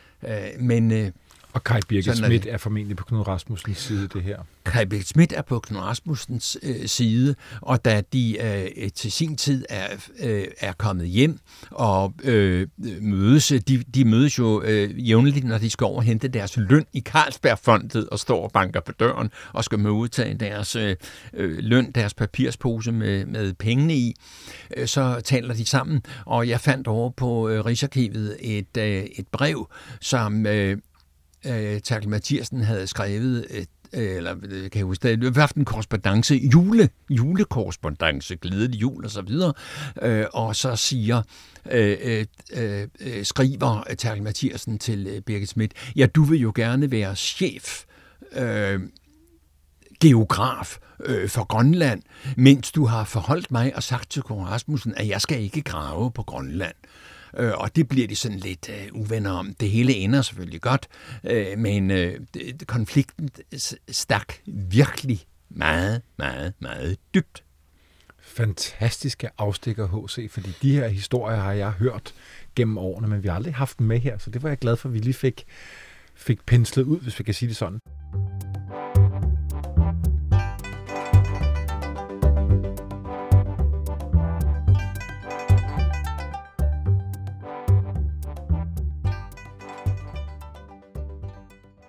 Men og Kaj Birgit Schmidt er formentlig på Knud Rasmussens side, det her. Kaj Birgit Schmidt er på Knud Rasmussens øh, side, og da de øh, til sin tid er, øh, er kommet hjem og øh, mødes, de, de mødes jo øh, jævnligt, når de skal over og hente deres løn i Carlsbergfondet og står og banker på døren og skal modtage deres øh, løn, deres papirspose med, med pengene i. Øh, så taler de sammen, og jeg fandt over på øh, Rigsarkivet et, øh, et brev, som Øh, Uh, Therkel Mathiasen havde skrevet, et, eller kan jeg huske, det havde haft en korrespondance, jule, julekorrespondance, glædelig jul og så videre, uh, og så siger, uh, uh, uh, skriver Therkel Mathiasen til uh, Birgit Schmidt, ja, du vil jo gerne være chef, uh, geograf uh, for Grønland, mens du har forholdt mig og sagt til Knud Rasmussen, at jeg skal ikke grave på Grønland. Og det bliver de sådan lidt uh, uvenner om. Det hele ender selvfølgelig godt, uh, men uh, det, konflikten stak virkelig meget, meget, meget dybt. Fantastiske afstikker, H C, fordi de her historier har jeg hørt gennem årene, men vi har aldrig haft dem med her, så det var jeg glad for, at vi lige fik, fik penslet ud, hvis vi kan sige det sådan.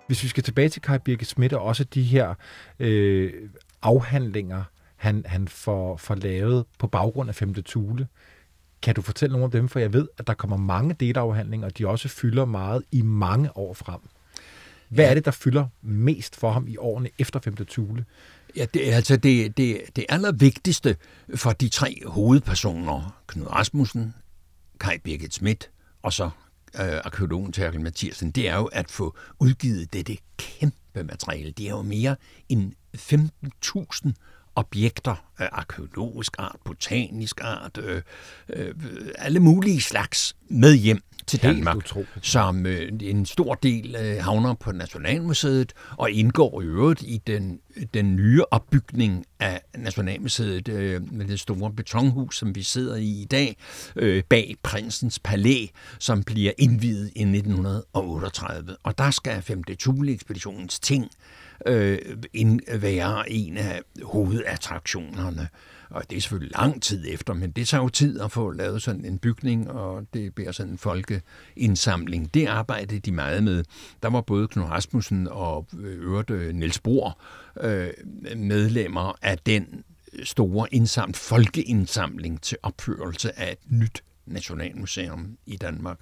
Hvis vi skal tilbage til Kay Birgit Schmidt og også de her øh, afhandlinger, han, han får, får lavet på baggrund af Femte Thule, kan du fortælle nogle af dem? For jeg ved, at der kommer mange delafhandlinger, og de også fylder meget i mange år frem. Hvad ja. er det, der fylder mest for ham i årene efter Femte Thule? Ja, det er altså det, det, det allervigtigste for de tre hovedpersoner, Knud Rasmussen, Kay Birgit Schmidt og så øh, arkæologen Therkel Mathiasen, det er jo at få udgivet dette kæmpe materiale. Det er jo mere end femten tusind objekter af arkæologisk art, botanisk art, øh, øh, alle mulige slags med hjem til Danmark, som øh, en stor del øh, havner på Nationalmuseet og indgår i øvrigt i den, den nye opbygning af Nationalmuseet øh, med det store betonhus, som vi sidder i i dag, øh, bag Prinsens Palæ, som bliver indviet i nitten otteogtredive. Og der skal Femte Thule-ekspeditionens ting øh, være en af hovedattraktionerne. Og det er selvfølgelig lang tid efter, men det tager jo tid at få lavet sådan en bygning, og det bliver sådan en folkeindsamling. Det arbejdede de meget med. Der var både Knud Rasmussen og øvrigt Niels Bohr øh, medlemmer af den store indsamling, folkeindsamling til opførelse af et nyt nationalmuseum i Danmark.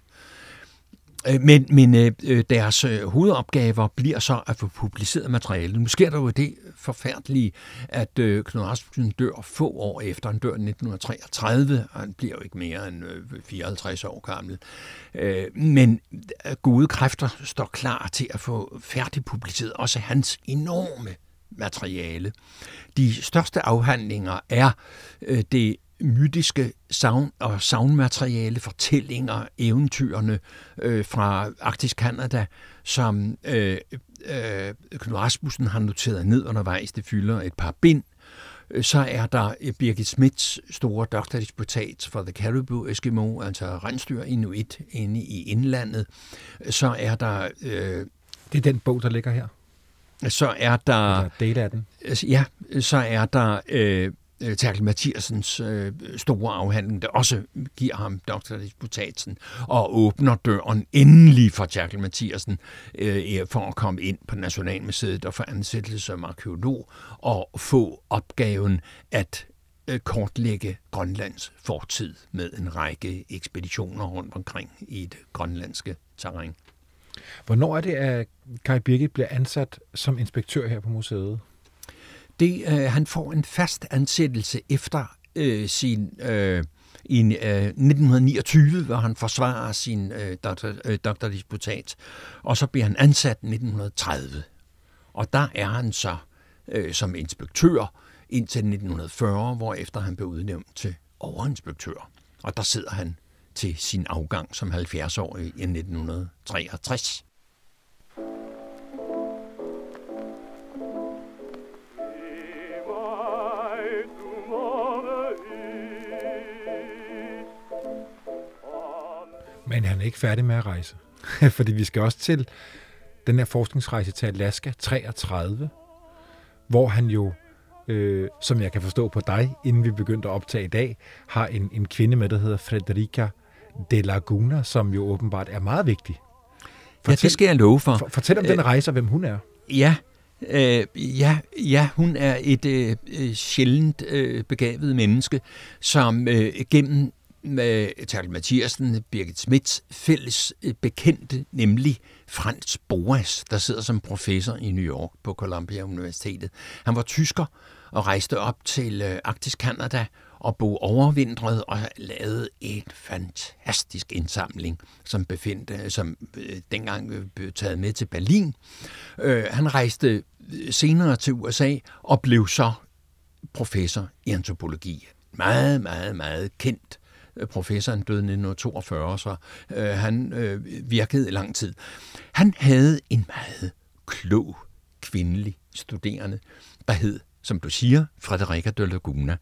Men, men deres hovedopgaver bliver så at få publiceret materiale. Nu sker der jo det forfærdelige, at Knud Rasmussen dør få år efter. Han dør i nitten treogtredive, og han bliver jo ikke mere end fireoghalvtreds år gammel. Men gode kræfter står klar til at få færdigpubliceret også hans enorme materiale. De største afhandlinger er det mytiske savn og savnmateriale, fortællinger, eventyrene øh, fra Arktisk Canada, som øh, øh, Knud Rasmussen har noteret ned undervejs. Det fylder et par bind. Så er der Birgit Schmidts store doktordisputat for The Caribou Eskimo, altså rensdyr inuit inde i indlandet. Så er der... Øh, det er den bog, der ligger her? Så er der... Eller dele af den? Ja, så er der... Øh, Therkel Mathiasens øh, store afhandling, der også giver ham doktordisputatsen og åbner døren endelig for Therkel Mathiasen øh, for at komme ind på Nationalmuseet og få ansættelse som arkeolog og få opgaven at øh, kortlægge Grønlands fortid med en række ekspeditioner rundt omkring i det grønlandske terræn. Hvornår er det, at Kay Birgit bliver ansat som inspektør her på museet? Det, øh, han får en fast ansættelse efter øh, sin øh, i øh, nitten niogtyve, hvor han forsvarer sin øh, doktor, øh, doktordisputat, og så bliver han ansat i nitten tredive. Og der er han så øh, som inspektør indtil nitten fyrre, hvorefter han blev udnævnt til overinspektør. Og der sidder han til sin afgang som halvfjerds-årig i nitten treogtres. Men han er ikke færdig med at rejse. Fordi vi skal også til den her forskningsrejse til Alaska treogtredive, hvor han jo, øh, som jeg kan forstå på dig, inden vi begyndte at optage i dag, har en, en kvinde med, der hedder Frederica de Laguna, som jo åbenbart er meget vigtig. Fortæl, ja, det skal jeg love for. for fortæl om øh, den rejse, og hvem hun er. Ja, øh, ja, ja, hun er et øh, sjældent øh, begavet menneske, som øh, gennem med Therkel Mathiasen, Birgit Schmidts fælles bekendte, nemlig Franz Boas, der sidder som professor i New York på Columbia Universitetet. Han var tysker og rejste op til Arktisk Canada og bo overvintret og lavede en fantastisk indsamling, som befandt, som dengang blev taget med til Berlin. Han rejste senere til U S A og blev så professor i antropologi. Meget, meget, meget kendt. Professoren døde i nitten toogfyrre, så øh, han øh, virkede i lang tid. Han havde en meget klog kvindelig studerende, der hed, som du siger, Frederica de Laguna.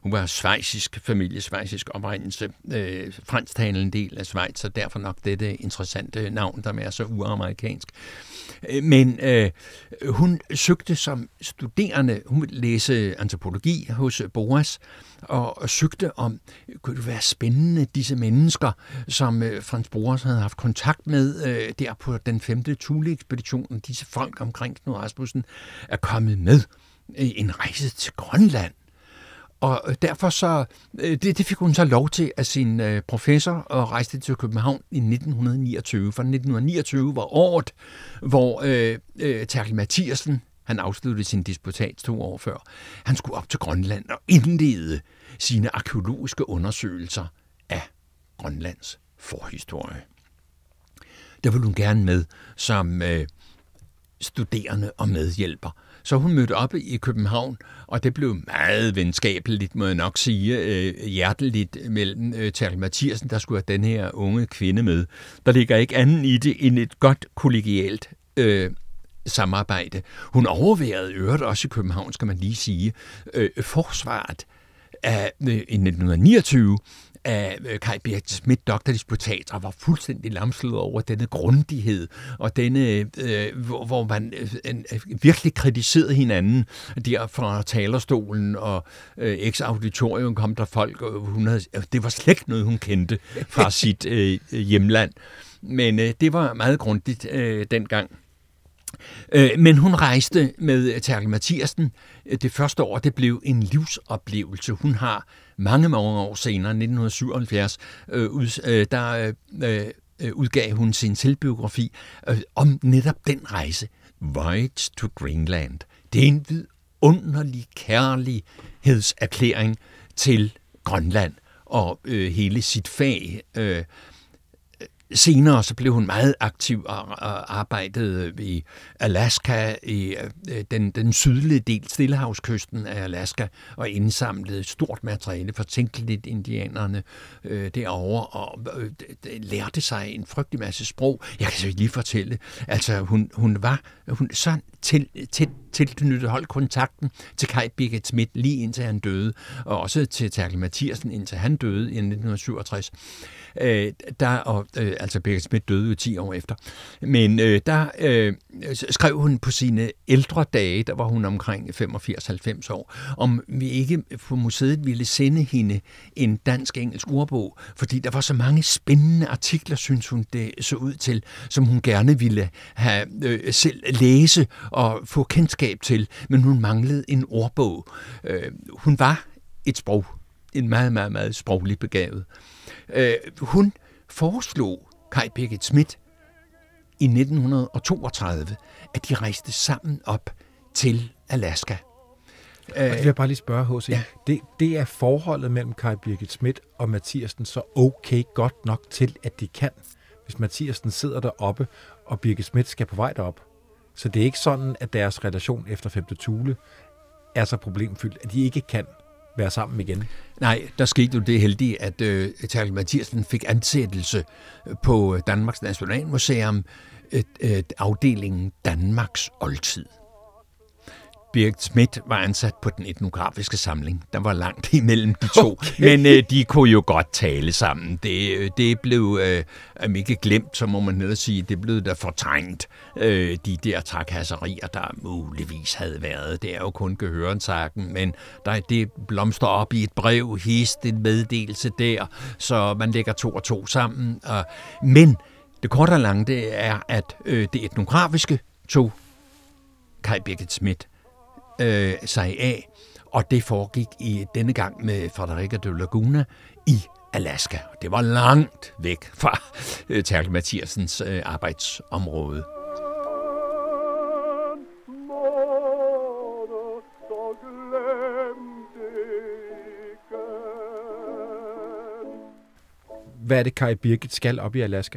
Hun var schweizisk familie, schweizisk oprindelse, øh, fransktalende del af Schweiz, så derfor nok dette interessante navn, der er så uamerikansk. Men øh, hun søgte som studerende, hun ville læse antropologi hos Boas, og, og søgte om, kunne det være spændende, disse mennesker, som øh, Franz Boas havde haft kontakt med øh, der på den femte Thule-ekspedition, disse folk omkring Knud Rasmussen, er kommet med i en rejse til Grønland. Og derfor så, det, det fik hun så lov til af sin øh, professor og rejste til København i nitten niogtyve. For nitten niogtyve var året, hvor øh, øh, Therkel Mathiasen, han afsluttede sin disputat to år før, han skulle op til Grønland og indlede sine arkæologiske undersøgelser af Grønlands forhistorie. Der ville hun gerne med som øh, studerende og medhjælper. Så hun mødte op i København, og det blev meget venskabeligt, må jeg nok sige, øh, hjerteligt mellem øh, Therkel Mathiasen, der skulle have den her unge kvinde med. Der ligger ikke anden i det end et godt kollegialt øh, samarbejde. Hun overværede øvrigt også i København, skal man lige sige, øh, forsvaret af, øh, i nitten niogtyve af Kaj Birgit Schmidt, doktordisputat, og var fuldstændig lamslået over denne grundighed, og denne, øh, hvor, hvor man øh, virkelig kritiserede hinanden der fra talerstolen, og øh, ex-auditorium kom der folk, og hun havde, det var slet ikke noget, hun kendte fra sit øh, hjemland. Men øh, det var meget grundigt øh, dengang. Men hun rejste med Therkel Mathiasen. Det første år, det blev en livsoplevelse. Hun har mange, mange år senere, nitten syvoghalvfjerds, der udgav hun sin selvbiografi om netop den rejse. Voyage to Greenland. Det er en vidunderlig kærlighedserklæring til Grønland og hele sit fag. Senere så blev hun meget aktiv og arbejdede i Alaska, i den, den sydlige del, Stillehavskysten af Alaska, og indsamlede stort materiale for tænkeligt indianerne øh, derovre, og øh, lærte sig en frygtelig masse sprog. Jeg kan så lige fortælle, altså hun, hun var hun så til, til, tilknyttet holdt kontakten til Kaj Birgit Schmidt lige indtil han døde, og også til Therkel Mathiasen indtil han døde i nitten syvogtres. Øh, der, og, øh, altså Birgit Schmidt døde jo ti år efter. Men øh, der øh, skrev hun på sine ældre dage, der var hun omkring femogfirs til halvfems år, om vi ikke på museet ville sende hende en dansk-engelsk ordbog, fordi der var så mange spændende artikler, synes hun det så ud til, som hun gerne ville have øh, selv læse og få kendskab til, men hun manglede en ordbog. Øh, hun var et sprog, en meget, meget, meget sproglig begavet. Øh, hun foreslog Kaj Birgit Schmidt i nitten toogtredive, at de rejste sammen op til Alaska. Og det vil jeg bare lige spørge, H C. Ja. Det, det er forholdet mellem Kaj Birgit Schmidt og Mathiasen så okay godt nok til, at de kan, hvis Mathiasen sidder deroppe, og Birgit Schmidt skal på vej derop. Så det er ikke sådan, at deres relation efter femte Thule er så problemfyldt, at de ikke kan være sammen igen. Nej, der skete jo det heldige, at øh, Therkel Mathiasen fik ansættelse på Danmarks Nationalmuseum, et, et afdelingen Danmarks Oldtid. Birgit Schmidt var ansat på den etnografiske samling. Der var langt imellem de to, okay. Men øh, de kunne jo godt tale sammen. Det, det blev, øh, om ikke glemt, så må man hellere sige, det blev der fortrængt, øh, de der trakasserier, der muligvis havde været. Det er jo kun gehørensagen, men der, det blomster op i et brev, hist en meddelelse der, så man lægger to og to sammen. Og, men det korte og lange, det er, at øh, det etnografiske tog Kaj Birgit Schmidt Øh, sig af, og det foregik i denne gang med Frederica de Laguna i Alaska. Det var langt væk fra øh, Therkel Mathiasens øh, arbejdsområde. Hvad er det, Kaj Birgit skal op i Alaska?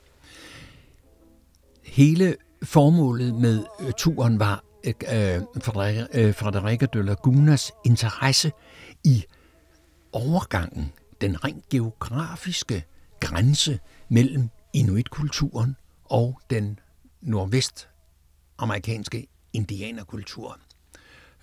Hele formålet med øh, turen var Frederica de Lagunas interesse i overgangen, den rent geografiske grænse mellem inuitkulturen og den nordvestamerikanske indianerkultur.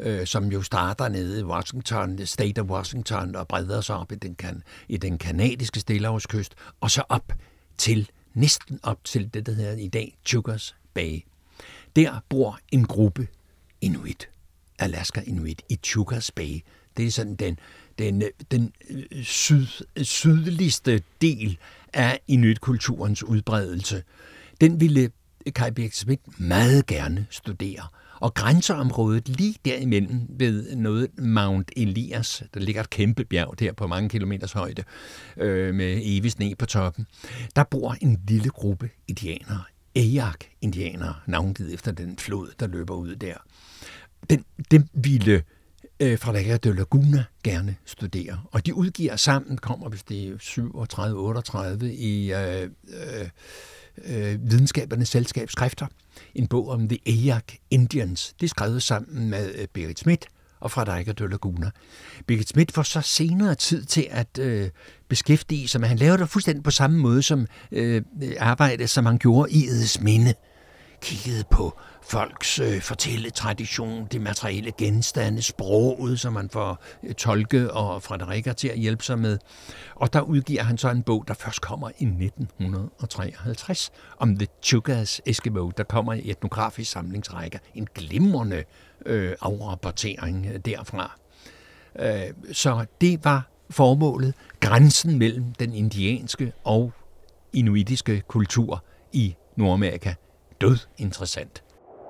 øh, som jo starter nede i Washington, State of Washington, og breder sig op i den, kan, i den kanadiske stillehavskyst, og så op til, næsten op til det, der hedder i dag Chugach Bay. Der bor en gruppe Inuit, Alaska Inuit, i Chugach Bay. Det er sådan den, den, den syd, sydligste del af inuitkulturens udbredelse. Den ville Kaj Birgit Schmidt meget gerne studere. Og grænseområdet lige derimellem ved noget Mount Elias, der ligger et kæmpe bjerg der på mange kilometers højde, øh, med evig sne på toppen, der bor en lille gruppe indianere, Eyak-indianere, navngivet efter den flod, der løber ud der. Den, den ville øh, Frederica de Laguna gerne studere, og de udgiver sammen, kommer hvis det er syvogtredive otteogtredive i øh, øh, øh, Videnskabernes Selskabs skrifter, en bog om The Eyak Indians. Det er skrevet sammen med øh, Birgit Schmidt og Frederica de Laguna. Birgit Schmidt får så senere tid til at øh, beskæftige sig, men han laver det fuldstændig på samme måde som øh, arbejde, som han gjorde i Edesminde. Kiggede på folks øh, fortælletradition, de materielle genstande, sproget, som man får øh, tolke og Frederica til at hjælpe sig med. Og der udgiver han så en bog, der først kommer i nitten treoghalvtreds, om The Chugach Eskimo, der kommer i etnografisk samlingsrække. En glimrende øh, afrapportering derfra. Øh, så det var formålet, grænsen mellem den indianske og inuitiske kultur i Nordamerika. Død interessant.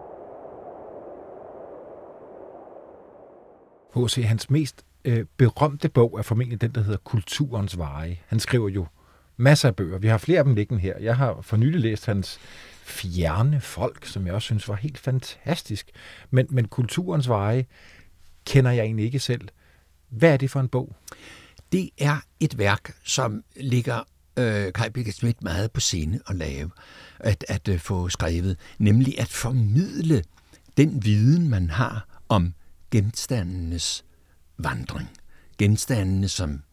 H C, hans mest øh, berømte bog er formentlig den, der hedder Kulturens Veje. Han skriver jo masser af bøger. Vi har flere af dem liggende her. Jeg har for nylig læst hans Fjerne Folk, som jeg også synes var helt fantastisk. Men, men Kulturens Veje kender jeg egentlig ikke selv. Hvad er det for en bog? Det er et værk, som ligger øh, Kaj Birgit Schmidt meget på sinde at lave, at, at øh, få skrevet, nemlig at formidle den viden, man har om genstandenes vandring. Genstandene som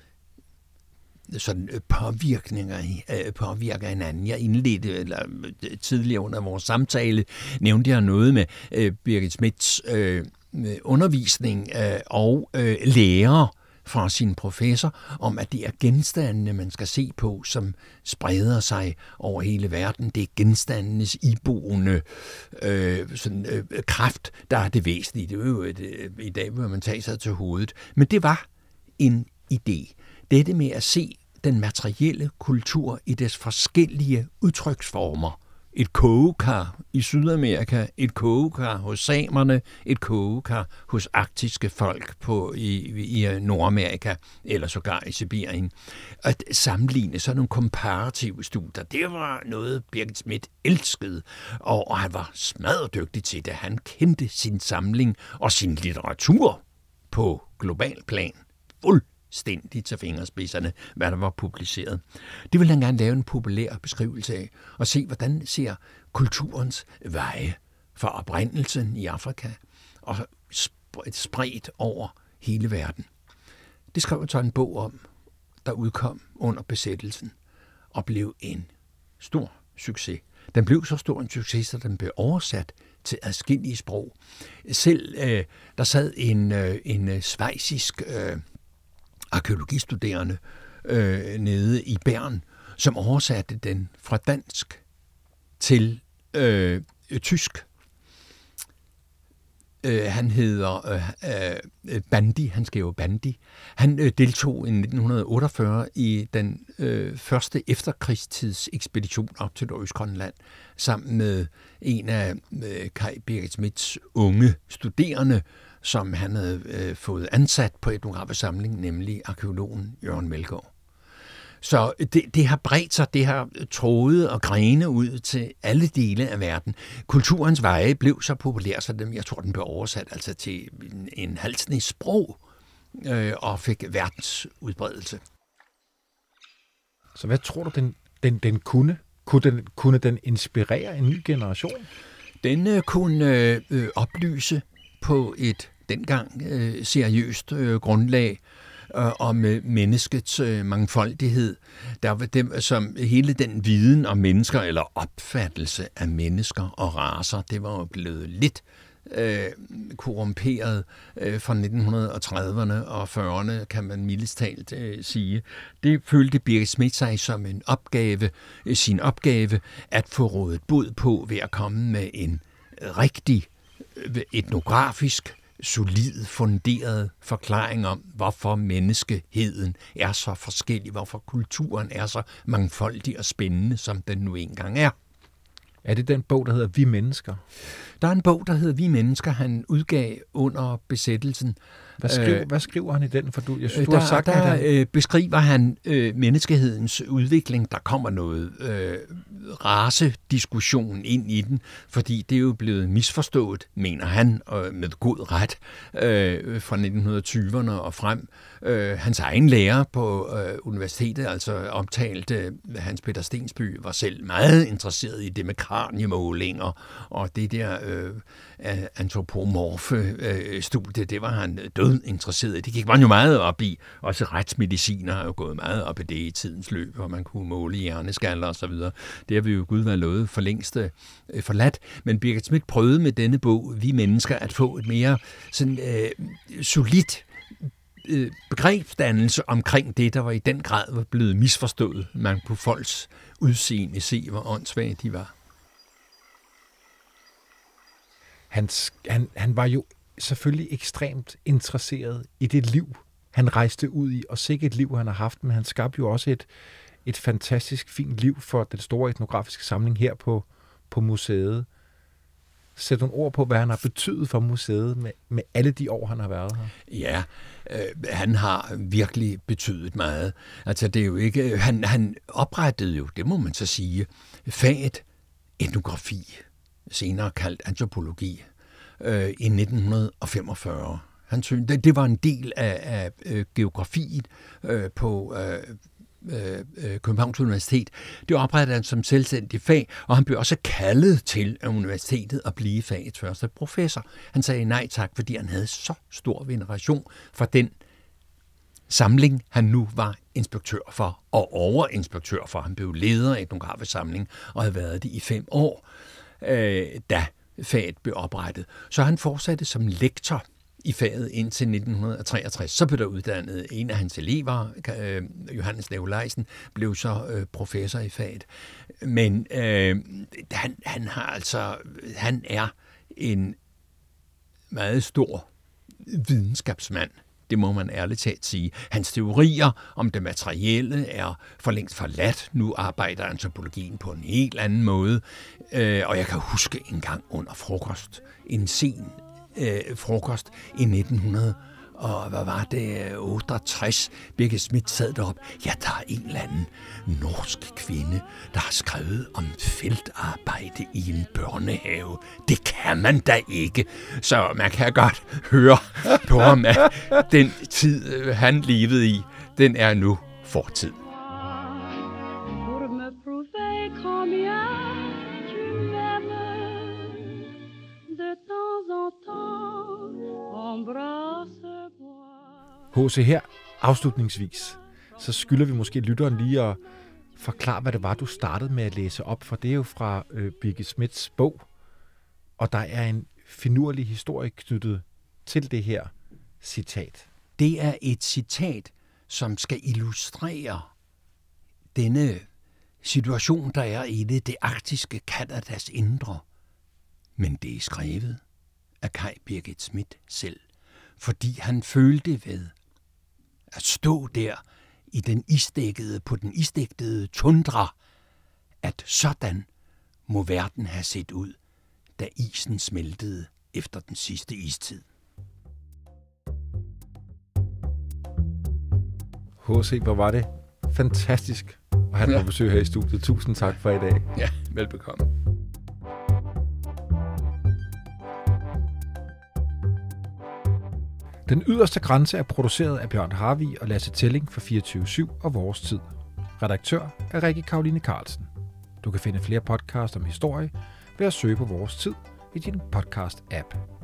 sådan påvirkninger, påvirker hinanden. Jeg indledte eller, tidligere under vores samtale, nævnte jeg noget med øh, Birgit Schmidts øh, undervisning øh, og øh, lærer fra sin professor, om at det er genstandene, man skal se på, som spreder sig over hele verden. Det er genstandenes iboende øh, sådan, øh, kraft, der er det væsentlige. Det er jo et, øh, i dag, hvor man tager sig til hovedet. Men det var en idé. Dette med at se den materielle kultur i dets forskellige udtryksformer. Et kogekar i Sydamerika, et kogekar hos samerne, et kogekar hos arktiske folk på, i, i Nordamerika, eller sågar i Sibirien. At sammenligne sådan nogle komparative studier, det var noget, Birgit Schmidt elskede, og, og han var smadredygtig til det. Han kendte sin samling og sin litteratur på global plan. Fuld stændigt til fingerspidserne, hvad der var publiceret. Det ville han gerne lave en populær beskrivelse af, og se, hvordan ser kulturens veje fra oprindelsen i Afrika og spredt over hele verden. Det skrev han så en bog om, der udkom under besættelsen og blev en stor succes. Den blev så stor en succes, at den blev oversat til adskillige sprog. Selv øh, der sad en, øh, en schweizisk øh, arkæologistuderende øh, nede i Bern, som oversatte den fra dansk til øh, tysk. Øh, han hedder øh, øh, Bandi, han skrev Bandi. Han øh, deltog i nitten otteogfyrre i den øh, første efterkrigstids ekspedition op til Østgrønland, sammen med en af øh, Kaj Birgit Schmidts unge studerende, som han havde øh, fået ansat på etnografisk samling, nemlig arkæologen Jørgen Melgaard. Så det, det har bredt sig, det har tråde og grene ud til alle dele af verden. Kulturens veje blev så populær, så dem, jeg tror, den blev oversat altså til en, en halsende sprog øh, og fik verdensudbredelse. Så hvad tror du, den, den, den kunne? Kunne den, kunne den inspirere en ny generation? Den øh, kunne øh, oplyse på et dengang øh, seriøst øh, grundlag øh, om øh, menneskets øh, mangfoldighed. Der var dem, som hele den viden om mennesker, eller opfattelse af mennesker og racer, det var jo blevet lidt øh, korrumperet øh, fra nitten trediverne og fyrrerne, kan man mildest talt øh, sige. Det følte Birgit Schmidt sig som en opgave, øh, sin opgave, at få rådet bod på ved at komme med en rigtig øh, etnografisk, solid, funderet forklaring om, hvorfor menneskeheden er så forskellig, hvorfor kulturen er så mangfoldig og spændende, som den nu engang er. Er det den bog, der hedder Vi Mennesker? Der er en bog, der hedder Vi Mennesker, han udgav under besættelsen. Hvad skriver, øh, hvad skriver han i den? For du, jeg synes, du der, har sagt, der at øh, beskriver han øh, menneskehedens udvikling. Der kommer noget øh, racediskussion ind i den, fordi det er jo blevet misforstået, mener han, og med god ret, øh, fra nitten tyverne og frem. Øh, hans egen lærer på øh, universitetet, altså omtalt øh, Hans Peter Stensby, var selv meget interesseret i det med kraniemålinger, og det der øh, antropomorfe øh, studie, det var han død interesseret i. Det gik man jo meget op i. Også retsmediciner har jo gået meget op i det i tidens løb, hvor man kunne måle hjerneskaller og så videre. Det har vi jo Gud været lovet for længst øh, forladt. Men Birgit Schmidt prøvede med denne bog, Vi Mennesker, at få et mere sådan øh, solidt øh, begrebsdannelse omkring det, der var i den grad var blevet misforstået. Man på folks udseende se, hvor åndssvage de var. Han, han, han var jo selvfølgelig ekstremt interesseret i det liv, han rejste ud i, og sikkert et liv, han har haft, men han skabte jo også et, et fantastisk fint liv for den store etnografiske samling her på, på museet. Sæt nogle ord på, hvad han har betydet for museet med, med alle de år, han har været her. Ja, øh, han har virkelig betydet meget. Altså, det er jo ikke... Han, han oprettede jo, det må man så sige, faget etnografi, senere kaldt antropologi, øh, i nitten femogfyrre. Han synes, det, det var en del af, af øh, geografien øh, på øh, øh, Københavns Universitet. Det oprettede han som selvstændig fag, og han blev også kaldet til af universitetet at blive fagets første professor. Han sagde nej tak, fordi han havde så stor veneration for den samling, han nu var inspektør for, og overinspektør for. Han blev leder af etnografisk samling, og havde været det i fem år, øh, da faget blev oprettet. Så han fortsatte som lektor i faget indtil nitten treogtres. Så blev der uddannet en af hans elever, øh, Johannes Neulejsen, blev så øh, professor i faget. Men øh, han, han har altså, han er en meget stor videnskabsmand. Det må man ærligt talt sige. Hans teorier om det materielle er for længst forladt. Nu arbejder antropologien på en helt anden måde. Og jeg kan huske en gang under frokost, en sen øh, frokost i nitten hundrede og hvad var det, otteogtres, Birgit Schmidt sad deroppe. Ja, der er en eller anden norsk kvinde, der har skrevet om feltarbejde i en børnehave. Det kan man da ikke. Så man kan godt høre på ham, at den tid, han levede i, den er nu fortid. H C, her afslutningsvis, så skylder vi måske lytteren lige at forklare, hvad det var, du startede med at læse op, for det er jo fra øh, Birgit Schmidts bog, og der er en finurlig historie knyttet til det her citat. Det er et citat, som skal illustrere denne situation, der er i det, det arktiske Kanadas indre. Men det er skrevet af Kaj Birgit Schmidt selv, fordi han følte ved at stå der i den isdækkede, på den isdækkede tundra, at sådan må verden have set ud, da isen smeltede efter den sidste istid. H C, hvor var det fantastisk at have dig på besøg her i studiet. Tusind tak for i dag. Ja, velbekomme. Den yderste grænse er produceret af Bjørn Harvig og Lasse Telling for fireogtyve syv og Vores Tid. Redaktør er Rikke Karoline Carlsen. Du kan finde flere podcasts om historie ved at søge på Vores Tid i din podcast-app.